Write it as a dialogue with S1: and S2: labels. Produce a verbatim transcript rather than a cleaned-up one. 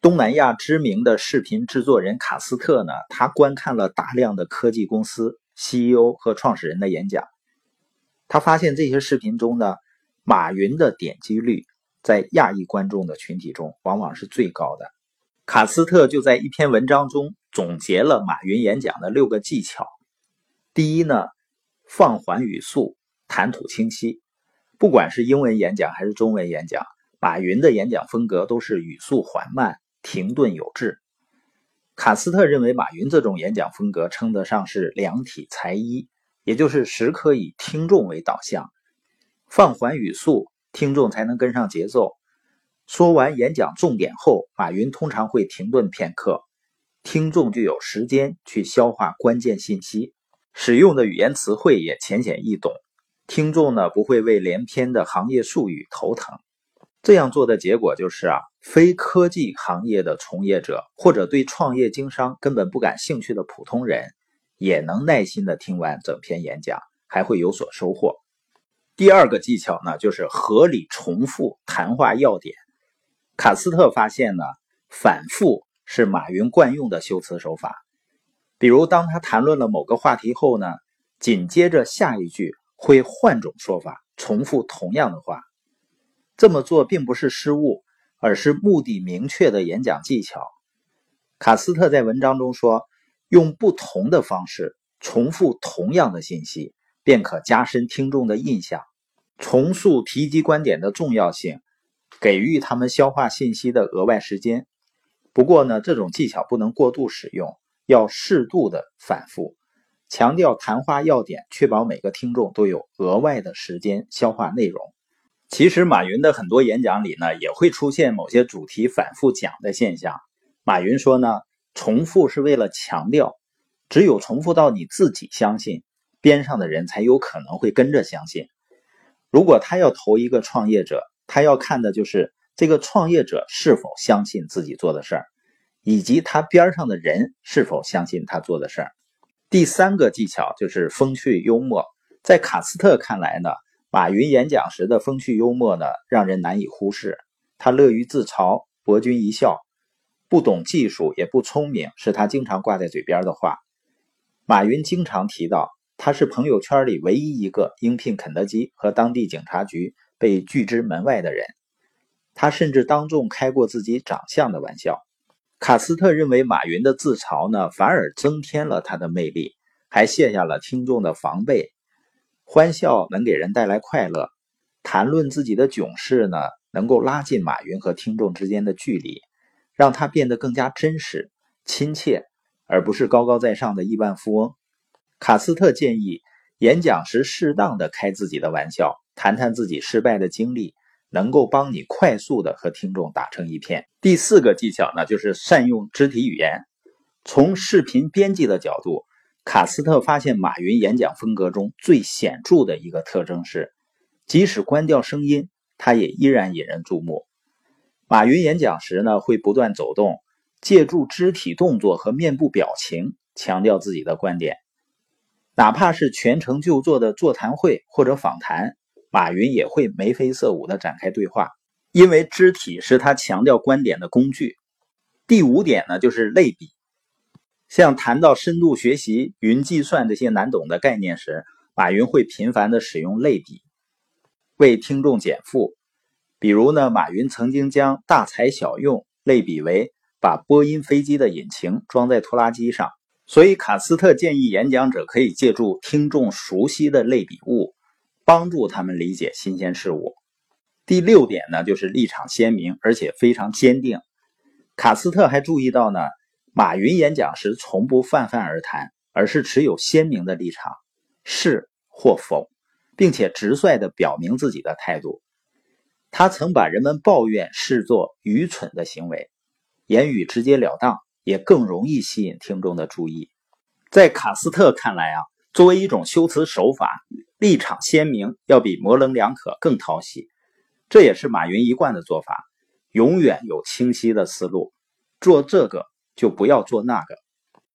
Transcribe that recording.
S1: 东南亚知名的视频制作人卡斯特呢，他观看了大量的科技公司 C E O 和创始人的演讲，他发现这些视频中呢，马云的点击率在亚裔观众的群体中往往是最高的。卡斯特就在一篇文章中总结了马云演讲的六个技巧。第一呢，放缓语速，谈吐清晰。不管是英文演讲还是中文演讲，马云的演讲风格都是语速缓慢，停顿有致。卡斯特认为马云这种演讲风格称得上是两体裁一，也就是时刻以听众为导向，放缓语速，听众才能跟上节奏。说完演讲重点后，马云通常会停顿片刻，听众就有时间去消化关键信息，使用的语言词汇也浅显易懂，听众呢不会为连篇的行业术语头疼。这样做的结果就是啊，非科技行业的从业者或者对创业经商根本不感兴趣的普通人，也能耐心的听完整篇演讲，还会有所收获。第二个技巧呢，就是合理重复谈话要点。卡斯特发现呢，反复是马云惯用的修辞手法。比如当他谈论了某个话题后呢，紧接着下一句会换种说法，重复同样的话。这么做并不是失误，而是目的明确的演讲技巧。卡斯特在文章中说，用不同的方式重复同样的信息，便可加深听众的印象，重塑提及观点的重要性，给予他们消化信息的额外时间。不过呢，这种技巧不能过度使用，要适度的反复，强调谈话要点，确保每个听众都有额外的时间消化内容。其实马云的很多演讲里呢，也会出现某些主题反复讲的现象。马云说呢，重复是为了强调，只有重复到你自己相信，边上的人才有可能会跟着相信。如果他要投一个创业者，他要看的就是这个创业者是否相信自己做的事儿，以及他边上的人是否相信他做的事儿。第三个技巧就是风趣幽默。在卡斯特看来呢，马云演讲时的风趣幽默呢，让人难以忽视。他乐于自嘲，博君一笑，不懂技术也不聪明，是他经常挂在嘴边的话。马云经常提到，他是朋友圈里唯一一个应聘肯德基和当地警察局被拒之门外的人。他甚至当众开过自己长相的玩笑。卡斯特认为马云的自嘲呢，反而增添了他的魅力，还卸下了听众的防备。欢笑能给人带来快乐，谈论自己的囧事呢，能够拉近马云和听众之间的距离，让他变得更加真实、亲切，而不是高高在上的亿万富翁。卡斯特建议，演讲时适当的开自己的玩笑，谈谈自己失败的经历，能够帮你快速的和听众打成一片。第四个技巧呢，就是善用肢体语言。从视频编辑的角度，卡斯特发现马云演讲风格中最显著的一个特征是，即使关掉声音，他也依然引人注目。马云演讲时呢，会不断走动，借助肢体动作和面部表情强调自己的观点。哪怕是全程就坐的座谈会或者访谈，马云也会眉飞色舞地展开对话，因为肢体是他强调观点的工具。第五点呢，就是类比。像谈到深度学习、云计算这些难懂的概念时，马云会频繁地使用类比，为听众减负。比如呢，马云曾经将大材小用类比为把波音飞机的引擎装在拖拉机上。所以卡斯特建议演讲者可以借助听众熟悉的类比物，帮助他们理解新鲜事物。第六点呢，就是立场鲜明，而且非常坚定。卡斯特还注意到呢，马云演讲时从不泛泛而谈，而是持有鲜明的立场，是或否，并且直率地表明自己的态度。他曾把人们抱怨视作愚蠢的行为，言语直截了当，也更容易吸引听众的注意。在卡斯特看来啊，作为一种修辞手法，立场鲜明要比模棱两可更讨喜。这也是马云一贯的做法，永远有清晰的思路，做这个就不要做那个。